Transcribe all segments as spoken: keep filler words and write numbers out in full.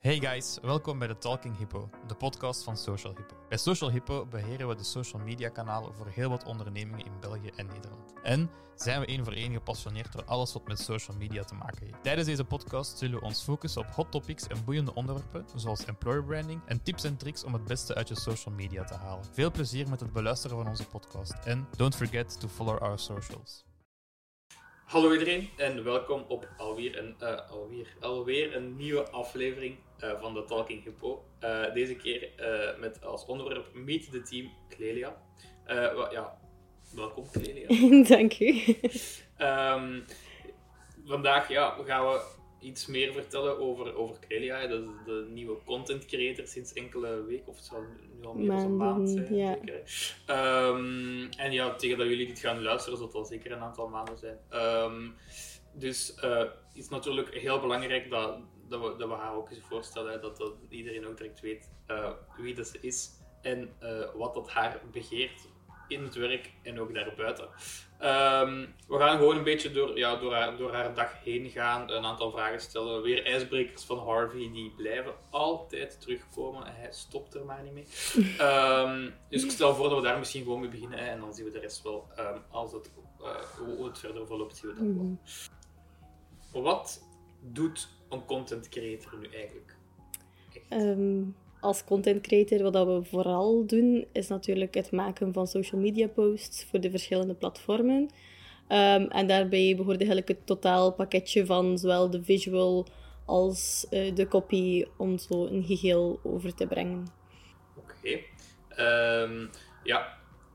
Hey guys, welkom bij de Talking Hippo, de podcast van Social Hippo. Bij Social Hippo beheren we de social media kanalen voor heel wat ondernemingen in België en Nederland. En zijn we één voor één gepassioneerd door alles wat met social media te maken heeft. Tijdens deze podcast zullen we ons focussen op hot topics en boeiende onderwerpen, zoals employer branding en tips en tricks om het beste uit je social media te halen. Veel plezier met het beluisteren van onze podcast en don't forget to follow our socials. Hallo iedereen en welkom op alweer een, uh, alweer, alweer een nieuwe aflevering uh, van de Talking Hippo. Uh, deze keer uh, met als onderwerp Meet the Team Clelia. Uh, well, ja, welkom Clelia. Dank u. Um, vandaag ja, gaan we iets meer vertellen over, over Clelia. Dat is de nieuwe content creator sinds enkele weken, of het zal nu al meer dan een maand zijn. Ja. Zeker, um, en ja, tegen dat jullie dit gaan luisteren, zal het al zeker een aantal maanden zijn. Um, dus uh, het is natuurlijk heel belangrijk dat, dat, we, dat we haar ook eens voorstellen, dat, dat iedereen ook direct weet uh, wie dat ze is en uh, wat dat haar begeert in het werk en ook daarbuiten. Um, we gaan gewoon een beetje door, ja, door, haar, door haar dag heen gaan, een aantal vragen stellen. Weer ijsbrekers van Harvey, die blijven altijd terugkomen. Hij stopt er maar niet mee. Um, dus ik stel voor dat we daar misschien gewoon mee beginnen hè, en dan zien we de rest wel. Um, als het, uh, hoe het verder verloopt, zien we dat wel. Mm. Wat doet een content creator nu eigenlijk? Um, als content creator, wat we vooral doen, is natuurlijk het maken van social media posts voor de verschillende platformen. Um, en daarbij behoort eigenlijk het totaalpakketje van zowel de visual als uh, de copy om zo een geheel over te brengen. Oké. Okay. Um, ja.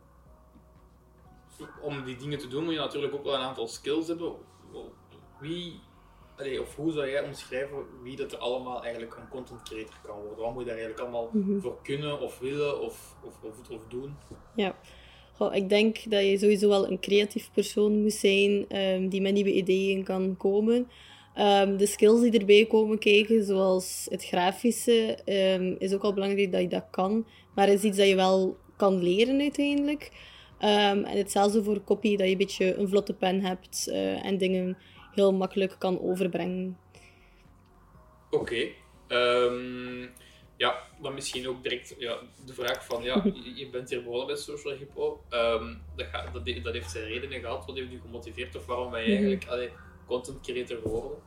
Om die dingen te doen moet je natuurlijk ook wel een aantal skills hebben. Wie... Allee, of hoe zou jij omschrijven wie dat er allemaal eigenlijk een content creator kan worden? Wat moet je daar eigenlijk allemaal mm-hmm. voor kunnen of willen of, of, of, of doen? Ja, Goh, ik denk dat je sowieso wel een creatief persoon moet zijn um, die met nieuwe ideeën kan komen. Um, de skills die erbij komen kijken, zoals het grafische, um, is ook al belangrijk dat je dat kan. Maar het is iets dat je wel kan leren uiteindelijk. Um, en hetzelfde voor copy, dat je een beetje een vlotte pen hebt uh, en dingen heel makkelijk kan overbrengen. Oké. Okay. Um, ja, dan misschien ook direct ja, de vraag van, ja, je bent hier begonnen bij Social Hippo. Um, dat, ga, dat, dat heeft zijn redenen gehad. Wat heeft u gemotiveerd of waarom ben je eigenlijk allee, content creator geworden?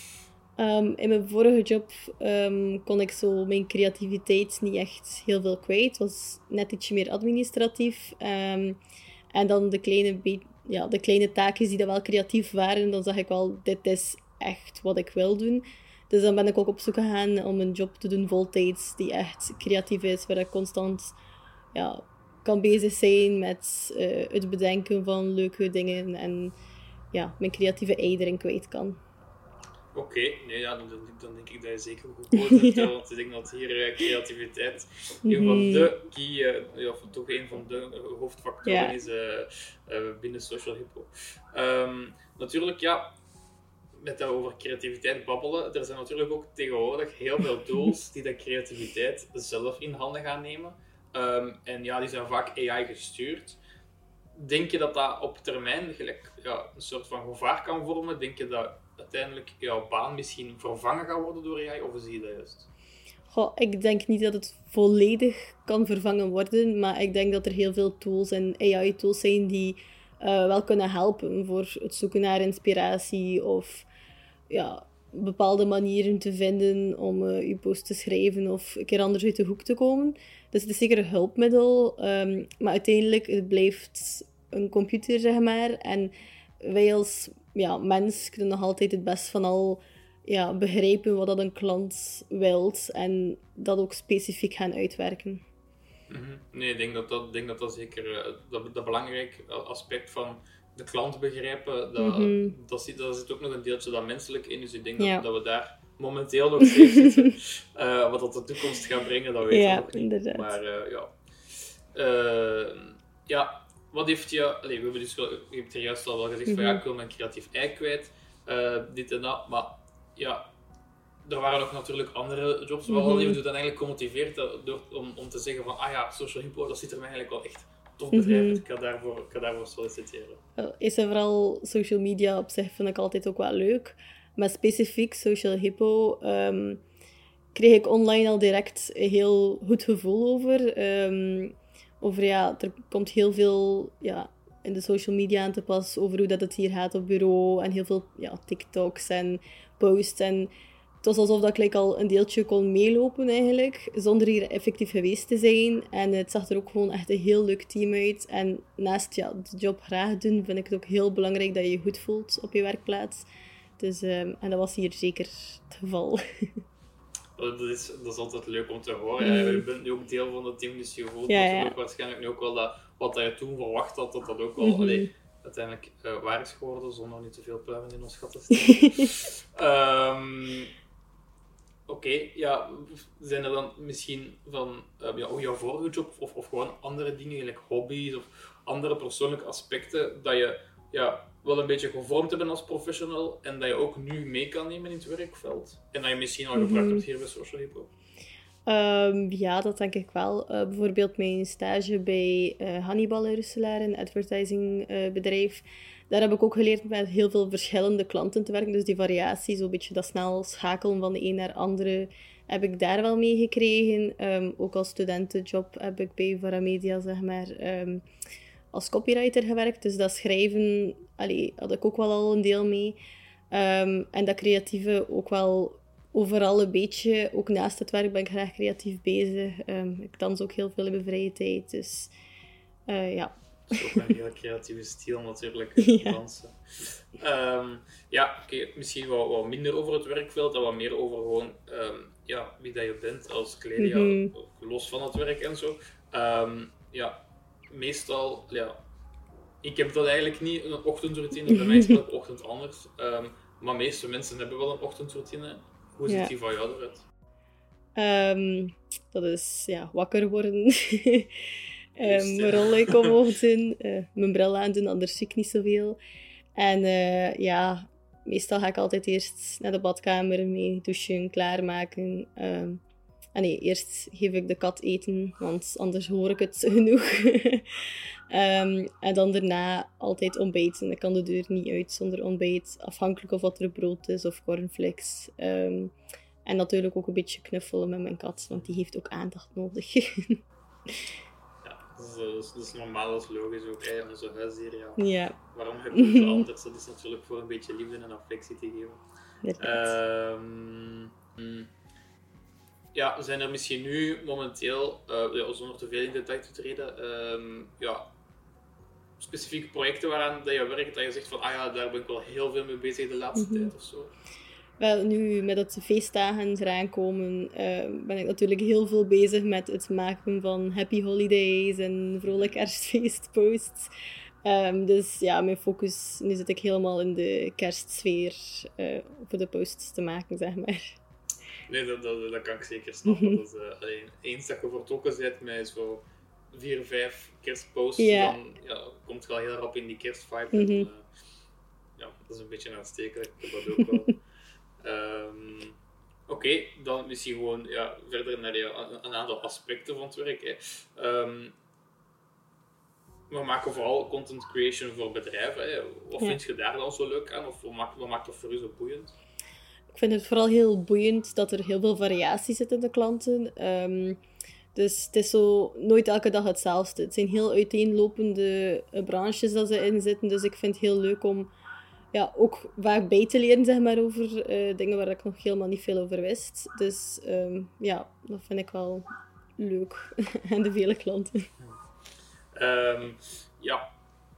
Um, in mijn vorige job um, kon ik zo mijn creativiteit niet echt heel veel kwijt. Het was net ietsje meer administratief. Um, en dan de kleine be- Ja, de kleine taakjes die dan wel creatief waren, dan zag ik wel, dit is echt wat ik wil doen. Dus dan ben ik ook op zoek gegaan om een job te doen voltijds die echt creatief is, waar ik constant ja, kan bezig zijn met uh, het bedenken van leuke dingen en ja, mijn creatieve ei erin kwijt kan. Oké, okay. nee, ja, dan, dan denk ik dat je zeker goed woord hebt, ja. Want ik denk dat hier uh, creativiteit mm-hmm. een van de key, uh, of toch een van de uh, hoofdfactoren ja. is uh, uh, binnen Social Hippo. Um, natuurlijk, ja, met dat over creativiteit babbelen, er zijn natuurlijk ook tegenwoordig heel veel tools die dat creativiteit zelf in handen gaan nemen. Um, en ja, die zijn vaak A I gestuurd. Denk je dat dat op termijn gelijk, ja, een soort van gevaar kan vormen? Denk je dat uiteindelijk jouw baan misschien vervangen gaat worden door A I, of zie je dat juist? Goh, ik denk niet dat het volledig kan vervangen worden, maar ik denk dat er heel veel tools en A I-tools zijn die uh, wel kunnen helpen voor het zoeken naar inspiratie of ja, bepaalde manieren te vinden om uh, je post te schrijven of een keer anders uit de hoek te komen. Dus het is zeker een hulpmiddel, um, maar uiteindelijk het blijft een computer, zeg maar. En wij als ja, mens kunnen nog altijd het best van al ja, begrijpen wat dat een klant wilt en dat ook specifiek gaan uitwerken. Mm-hmm. Nee, ik denk dat dat, denk dat, dat zeker uh, dat, dat belangrijk aspect van de klant begrijpen, dat, mm-hmm. dat, zit, dat zit ook nog een deeltje dat menselijk in. Dus ik denk ja. dat, dat we daar momenteel nog steeds zitten. Uh, wat dat de toekomst gaat brengen, dat weten ja, we nog niet. Inderdaad. Maar uh, ja... Uh, ja, wat heeft je... Allez, we hebben dus wel, je hebt er juist al wel gezegd mm-hmm. van ja, ik wil mijn creatief ei kwijt, uh, dit en dat, maar ja, er waren ook natuurlijk andere jobs. Mm-hmm. Wat heeft u dan eigenlijk gemotiveerd door, om, om te zeggen van ah ja, Social Hippo, dat zit er mij eigenlijk wel echt tof bedrijf. Mm-hmm. Ik ga daarvoor, ik ga daarvoor solliciteren. Is er vooral social media op zich vind ik altijd ook wel leuk. Maar specifiek Social Hippo, um, kreeg ik online al direct een heel goed gevoel over. Um, over ja, er komt heel veel ja, in de social media aan te pas over hoe dat het hier gaat op bureau. En heel veel ja, TikToks en posts. En het was alsof dat ik like, al een deeltje kon meelopen eigenlijk, zonder hier effectief geweest te zijn. En het zag er ook gewoon echt een heel leuk team uit. En naast ja, de job graag doen, vind ik het ook heel belangrijk dat je je goed voelt op je werkplaats. Dus, um, en dat was hier zeker het geval. Dat is, dat is altijd leuk om te horen. Mm. Je bent nu ook deel van het team, dus je voelt ja, natuurlijk ja. waarschijnlijk nu ook wel dat wat je toen verwacht had, dat dat ook wel mm-hmm. allee, uiteindelijk uh, waar is geworden, zonder nu te veel pluimen in ons gat te steken. um, Oké, okay, ja, zijn er dan misschien van uh, ja, jouw vorige job of, of gewoon andere dingen, like hobby's of andere persoonlijke aspecten, dat je ja, wel een beetje gevormd hebben als professional en dat je ook nu mee kan nemen in het werkveld? En dat je misschien al gebruikt mm-hmm. hebt hier bij Social Hippo? Um, ja, dat denk ik wel. Uh, bijvoorbeeld mijn stage bij uh, Hannibal Russelaar, een advertisingbedrijf. Uh, Daar heb ik ook geleerd met heel veel verschillende klanten te werken. Dus die variatie, zo'n beetje dat snel schakelen van de een naar de andere, heb ik daar wel mee gekregen. Um, ook als studentenjob heb ik bij Varamedia, zeg maar, um, als copywriter gewerkt. Dus dat schrijven, allee, had ik ook wel al een deel mee. Um, en dat creatieve ook wel overal een beetje. Ook naast het werk ben ik graag creatief bezig. Um, ik dans ook heel veel in mijn vrije tijd. Dus uh, ja... Dat is ook een heel creatieve stijl natuurlijk, ja. dansen. Um, ja, oké, okay, misschien wat, wat minder over het werkveld en wat meer over gewoon um, ja, wie dat je bent als Clelia, mm-hmm. los van het werk en zo. Um, ja, meestal, ja, ik heb dat eigenlijk niet, een ochtendroutine, bij mij is elke ochtend anders. Um, maar de meeste mensen hebben wel een ochtendroutine. Hoe ziet ja. die van jou eruit? Um, dat is, ja, wakker worden. Um, mijn rolluik omhoog doen, uh, mijn bril aandoen, anders zie ik niet zoveel. En uh, ja, meestal ga ik altijd eerst naar de badkamer mee douchen, klaarmaken. Um, en nee, eerst geef ik de kat eten, want anders hoor ik het genoeg. um, en dan daarna altijd ontbijten. Ik kan de deur niet uit zonder ontbijt, afhankelijk of wat er brood is of cornflakes. Um, en natuurlijk ook een beetje knuffelen met mijn kat, want die heeft ook aandacht nodig. Dat is, dat, is, dat is normaal, dat is logisch ook, hè, onze huisdier, ja. ja. Waarom heb je het anders? Dat is natuurlijk voor een beetje liefde en affectie te geven. Um, ja, zijn er misschien nu momenteel, uh, ja, zonder te veel in detail te treden, um, ja, specifieke projecten waaraan dat je werkt, dat je zegt van, ah ja, daar ben ik wel heel veel mee bezig de laatste mm-hmm. tijd of zo? Wel, nu met dat de feestdagen eraan komen, uh, ben ik natuurlijk heel veel bezig met het maken van happy holidays en vrolijk kerstfeestposts. Um, dus ja, mijn focus, nu zit ik helemaal in de kerstsfeer uh, voor de posts te maken, zeg maar. Nee, dat, dat, dat kan ik zeker snappen. Dat is, uh, alleen, eens dat je vertrokken bent met zo vier, vijf kerstposts, ja. dan ja, komt je al heel rap in die kerstvibe. Mm-hmm. En, uh, ja, dat is een beetje aanstekelijk, ik heb dat ook wel. Um, Oké, okay, dan misschien gewoon ja, verder naar die, een aantal aspecten van het werk. Hè. Um, we maken vooral content creation voor bedrijven. Hè. Wat ja. vind je daar dan zo leuk aan? Of wat maakt, wat maakt dat voor u zo boeiend? Ik vind het vooral heel boeiend dat er heel veel variatie zit in de klanten. Um, dus het is zo nooit elke dag hetzelfde. Het zijn heel uiteenlopende branches dat ze in zitten. Dus ik vind het heel leuk om ja, ook vaak bij te leren, zeg maar, over uh, dingen waar ik nog helemaal niet veel over wist. Dus um, ja, dat vind ik wel leuk. En de vele klanten. Um, ja.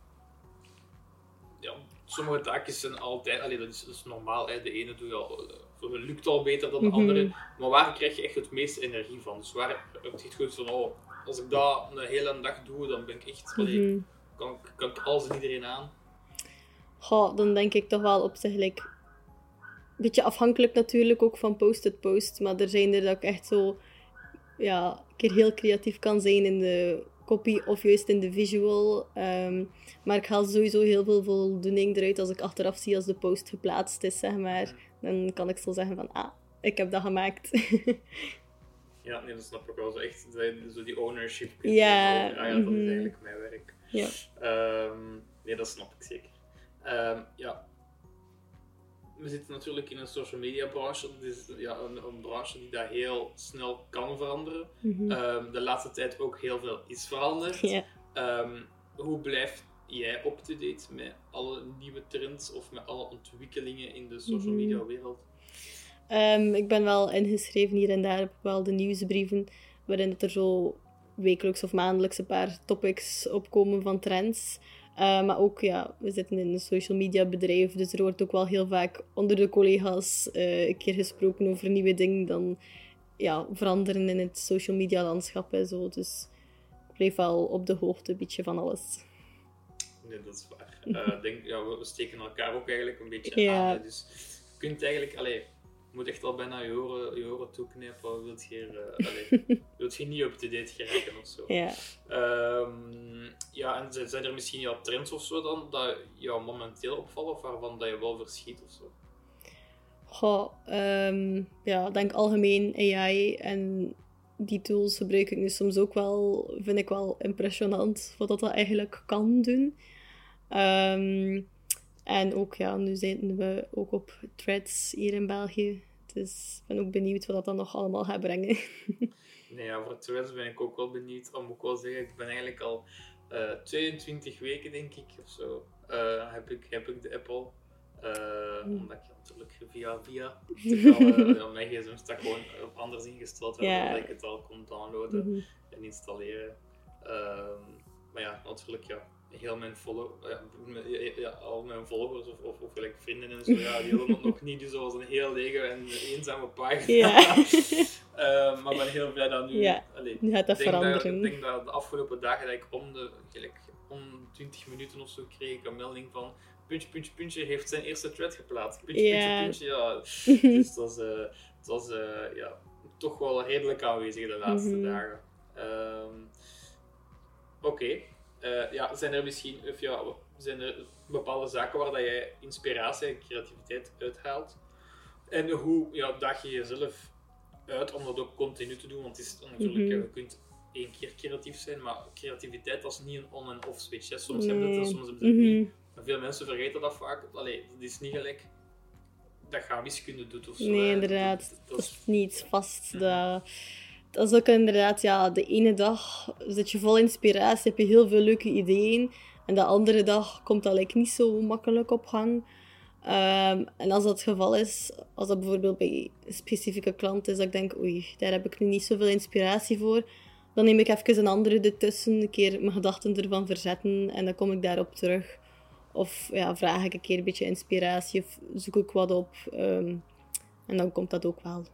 ja. Sommige taakjes zijn altijd... Allee, dat, is, dat is normaal. Hè. De ene doe je al, uh, lukt al beter dan de mm-hmm. andere. Maar waar krijg je echt het meeste energie van? Dus waar heb je het goed van... Oh, als ik dat een hele dag doe, dan ben ik echt... Allee, mm-hmm. kan, kan ik alles en iedereen aan. Goh, dan denk ik toch wel op zich like, een beetje afhankelijk natuurlijk ook van post tot post. Maar er zijn er dat ik echt zo ja, een keer heel creatief kan zijn in de copy of juist in de visual. Um, maar ik haal sowieso heel veel voldoening eruit als ik achteraf zie als de post geplaatst is, zeg maar. Dan kan ik zo zeggen van, ah, ik heb dat gemaakt. Ja, nee, dat snap ik wel. Zo echt zo die ownership. Ja. Ah ja, dat mm-hmm. is eigenlijk mijn werk. Ja. Um, nee, dat snap ik zeker. Um, ja. we zitten natuurlijk in een social media branche. Dat is ja, een, een branche die dat heel snel kan veranderen. Mhm. Um, de laatste tijd ook heel veel is veranderd. Ja. Um, hoe blijf jij up-to-date met alle nieuwe trends of met alle ontwikkelingen in de social Mhm. media wereld? Um, ik ben wel ingeschreven hier en daar op bepaalde nieuwsbrieven, waarin dat er zo wekelijks of maandelijks een paar topics opkomen van trends. Uh, maar ook, ja, we zitten in een social media bedrijf, dus er wordt ook wel heel vaak onder de collega's uh, een keer gesproken over nieuwe dingen dan ja, veranderen in het social media landschap en zo. Dus ik blijf wel op de hoogte een beetje van alles. Nee, dat is waar. Uh, denk, ja, we steken elkaar ook eigenlijk een beetje ja. aan. Hè. Dus je kunt eigenlijk... Allee, je moet echt al bijna je oren, je oren toeknippen. Wilt je, uh, allee, wilt je niet up-to-date geraken of zo. Ja. Um, ja, en zijn er misschien ja, trends of zo dan, dat jou momenteel opvallen, of waarvan dat je wel verschiet of zo? Goh, um, ja, ik denk algemeen A I en die tools gebruik ik nu soms ook wel, vind ik wel impressionant wat dat, dat eigenlijk kan doen. Um, en ook, ja, nu zitten we ook op Threads hier in België. Dus ik ben ook benieuwd wat dat dan nog allemaal gaat brengen. Nee, ja, voor Threads ben ik ook wel benieuwd. Al moet ik wel zeggen, ik ben eigenlijk al uh, tweeëntwintig weken, denk ik, of zo, uh, heb, ik, heb ik de app al. Uh, mm. Omdat ik natuurlijk via via uh, ja, mijn gsm staat gewoon op anders ingesteld, waardoor yeah. ik het al kon downloaden mm-hmm. en installeren. Uh, maar ja, natuurlijk, ja, heel mijn follow, ja, ja, al mijn volgers of, of, of like vrienden en zo, ja, die hebben het nog niet, dus dat was een heel lege en eenzame pagina. Yeah. uh, maar ik ben heel blij dat nu... Ja, allee, nu gaat dat denk veranderen. Dat, ik denk dat de afgelopen dagen dat ik om de gelijk, om twintig minuten of zo kreeg ik een melding van puntje, puntje, puntje heeft zijn eerste thread geplaatst. Puntje, yeah. puntje, puntje, ja. Dus dat was, uh, dat was uh, ja, toch wel redelijk aanwezig de laatste mm-hmm. dagen. Um, Oké. Okay. Uh, ja, zijn er misschien of ja, zijn er bepaalde zaken waar dat jij inspiratie en creativiteit uithaalt? En hoe ja, daag je jezelf uit om dat ook continu te doen? Want het is natuurlijk, mm-hmm. je kunt één keer creatief zijn, maar creativiteit is niet een on- en off switch. Hè. Soms nee. hebben ze het, soms hebben ze het mm-hmm. niet. Maar veel mensen vergeten dat vaak. Allee, het is niet gelijk dat je aan wiskunde doet of zo. Nee, hè. inderdaad. Dat, dat, dat is niet vast. Mm-hmm. Dat... Dat is ook inderdaad, ja, de ene dag zit je vol inspiratie, heb je heel veel leuke ideeën. En de andere dag komt dat like, niet zo makkelijk op gang. Um, en als dat het geval is, als dat bijvoorbeeld bij een specifieke klant is, dat ik denk, oei, daar heb ik nu niet zoveel inspiratie voor. Dan neem ik even een andere ertussen, een keer mijn gedachten ervan verzetten en dan kom ik daarop terug. Of ja, vraag ik een keer een beetje inspiratie of zoek ik wat op. Um, en dan komt dat ook wel.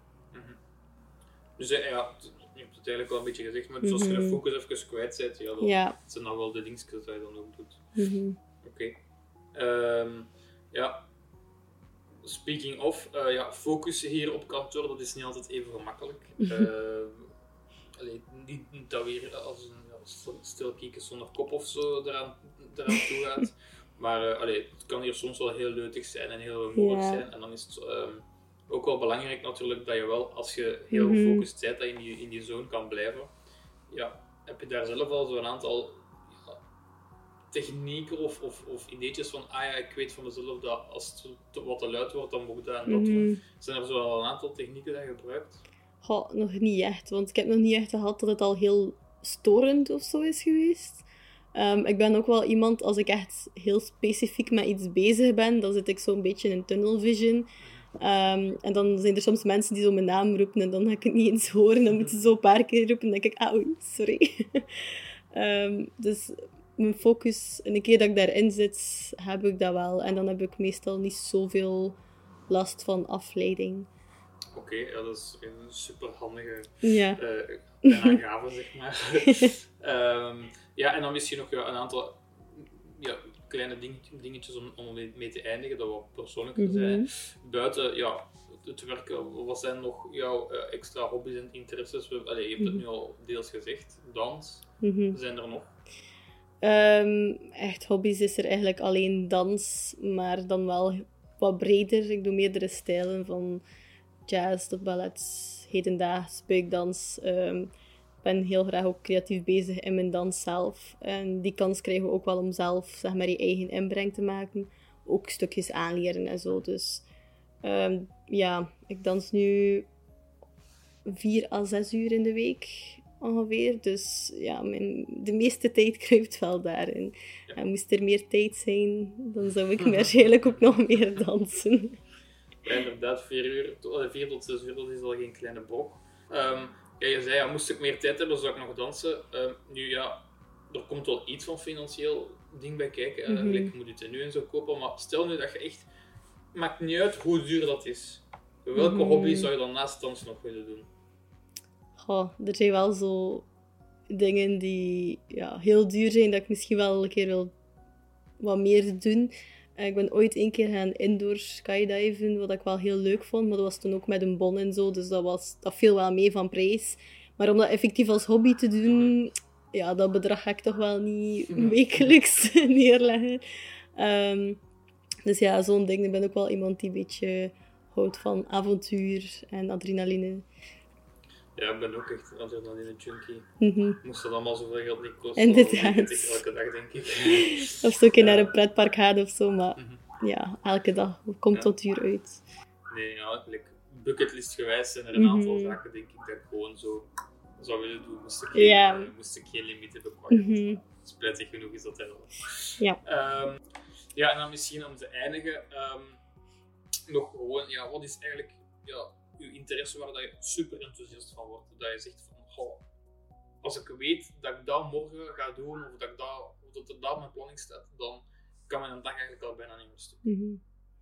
Dus ja, je hebt het eigenlijk wel een beetje gezegd, maar dus als je de focus even kwijt bent, ja, dan ja. zijn dat wel de dingetjes dat je dan ook doet. Mm-hmm. Oké. Okay. Um, ja. Speaking of, uh, ja, focussen hier op kantoor, dat is niet altijd even gemakkelijk. Uh, allee, niet, niet dat weer als een ja, stilkieken zonder kop of zo eraan, eraan toe gaat. Maar uh, allee, het kan hier soms wel heel leutig zijn en heel moeilijk yeah. zijn. En dan is het... Um, ook wel belangrijk natuurlijk dat je wel, als je heel mm-hmm. gefocust bent, dat je in die, in die zone kan blijven. Ja, heb je daar zelf al zo'n aantal ja, technieken of, of, of ideetjes van, ah ja, ik weet van mezelf dat als het te, wat te luid wordt, dan moet ik dat en dat mm-hmm. doen. Zijn er zo al een aantal technieken dat je gebruikt? Goh, nog niet echt, want ik heb nog niet echt gehad dat het al heel storend of zo is geweest. Um, ik ben ook wel iemand, als ik echt heel specifiek met iets bezig ben, dan zit ik zo'n beetje in tunnel vision. Um, en dan zijn er soms mensen die zo mijn naam roepen en dan ga ik het niet eens horen. Dan moeten ze zo een paar keer roepen en dan denk ik, auw, sorry. um, dus mijn focus, en een keer dat ik daarin zit, heb ik dat wel. En dan heb ik meestal niet zoveel last van afleiding. Oké, okay, ja, dat is een super handige ja. uh, aangave, zeg maar. um, ja, en dan misschien nog ja, een aantal... Ja, kleine ding, dingetjes om, om mee te eindigen, dat wat persoonlijker mm-hmm. zijn. Buiten ja, het werken, wat zijn nog jouw uh, extra hobby's en interesses? Allee, je hebt mm-hmm. het nu al deels gezegd. Dans, mm-hmm. zijn er nog? Um, echt hobby's is er eigenlijk alleen dans, maar dan wel wat breder. Ik doe meerdere stijlen, van jazz tot ballet, hedendaags, buikdans. Um, Ik ben heel graag ook creatief bezig in mijn dans zelf. En die kans krijgen we ook wel om zelf zeg maar, je eigen inbreng te maken. Ook stukjes aanleren en zo. Dus Um, ja, ik dans nu vier à zes uur in de week ongeveer. Dus ja, mijn, de meeste tijd kruipt wel daarin. Ja. En moest er meer tijd zijn, dan zou ik waarschijnlijk ook nog meer dansen. Ja, inderdaad, vier, uur, vier tot zes uur, dat is al geen kleine brok. Um, ja, je zei, ja, moest ik meer tijd hebben, zou ik nog dansen. Um, nu ja, er komt wel iets van financieel ding bij kijken. Mm-hmm. Uh, like, je moet je tenue en zo kopen, maar stel nu dat je echt... Maakt niet uit hoe duur dat is. Welke mm-hmm. hobby zou je dan naast dansen nog willen doen? Oh, er zijn wel zo dingen die ja, heel duur zijn, dat ik misschien wel een keer wil wat meer doen. Ik ben ooit een keer gaan indoor skydiven, wat ik wel heel leuk vond, maar dat was toen ook met een bon en zo, dus dat, was, dat viel wel mee van prijs. Maar om dat effectief als hobby te doen, ja, dat bedrag ga ik toch wel niet wekelijks neerleggen. Um, dus ja, zo'n ding. Ik ben ook wel iemand die een beetje houdt van avontuur en adrenaline. Ja, ik ben ook echt een adrenaline-junkie. Mm-hmm. Moest dat allemaal zoveel geld niet kosten. Inderdaad. Ik elke dag, denk ik. Of zo een keer naar een pretpark gaan of zo, maar mm-hmm. ja, elke dag komt ja. tot duur uit. Nee, ja, like, bucketlist gewijs zijn er een mm-hmm. aantal zaken, denk ik, dat ik gewoon zo zou willen doen. Moest ik geen, ja. uh, moest ik geen limiet hebben pakken. Mm-hmm. Spijtig genoeg is dat er wel. Ja. Um, ja, en dan misschien om te eindigen, um, nog gewoon, ja, wat is eigenlijk... Ja, uw interesse waar dat je super enthousiast van wordt. Dat je zegt van, oh, als ik weet dat ik dat morgen ga doen, of dat, ik dat, of dat er dat op mijn planning staat, dan kan mijn dag eigenlijk al bijna niet meer stuk. Mm-hmm.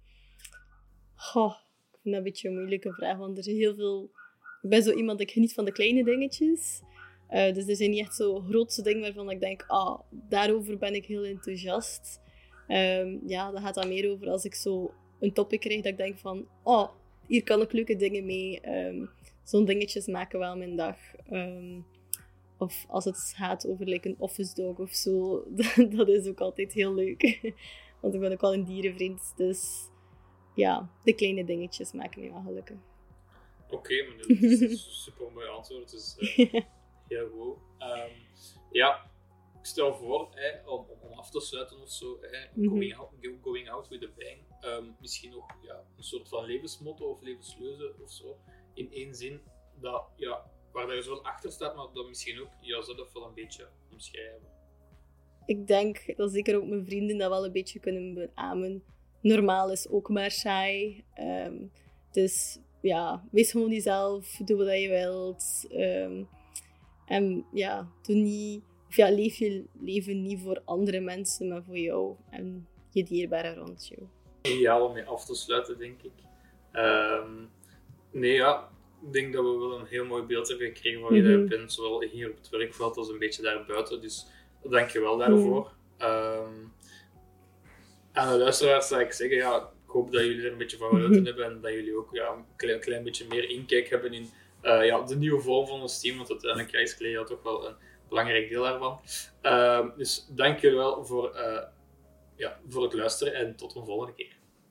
Oh, ik vind dat een beetje een moeilijke vraag, want er zijn heel veel... Ik ben zo iemand, ik geniet van de kleine dingetjes. Uh, dus er zijn niet echt zo grootste dingen waarvan ik denk, ah, daarover ben ik heel enthousiast. Um, ja, dat gaat dan meer over als ik zo een topic krijg dat ik denk van, oh, hier kan ik leuke dingen mee. Um, Zo'n dingetjes maken wel mijn dag. Um, of als het gaat over like, een office dog of zo. Dat is ook altijd heel leuk. Want ik ben ook wel een dierenvriend. Dus ja, de kleine dingetjes maken me wel gelukkig. Oké, okay, maar dat is een super mooi antwoord. Dus uh, heel goed. Um, ja, ik stel voor, hè, om, om af te sluiten of zo. Hè, mm-hmm. going, out, going out with a bang. Um, misschien nog ja, een soort van levensmotto of levensleuze of zo. In één zin, dat, ja, waar dat je zo achter staat, maar dat misschien ook jezelf wel een beetje omschrijven. Ik denk dat zeker ook mijn vrienden dat wel een beetje kunnen beamen. Normaal is ook maar saai. Um, dus ja, wees gewoon jezelf. Doe wat je wilt. Um, en ja, doe niet... Of ja, leef je leven niet voor andere mensen, maar voor jou en je dierbaren rond jou. Ideaal om mee af te sluiten, denk ik. Um, nee, ja, ik denk dat we wel een heel mooi beeld hebben gekregen van wie mm-hmm. je bent, zowel hier op het werkveld als een beetje daarbuiten. Dus dank je wel daarvoor. Mm. Um, aan de luisteraars zou ik zeggen, ja, ik hoop dat jullie er een beetje van genoten mm-hmm. hebben en dat jullie ook ja, een klein, klein beetje meer inkijk hebben in uh, ja, de nieuwe vorm van ons team, want uiteindelijk is Clea toch wel een belangrijk deel daarvan. Uh, dus dank jullie wel voor, uh, ja, voor het luisteren en tot een volgende keer.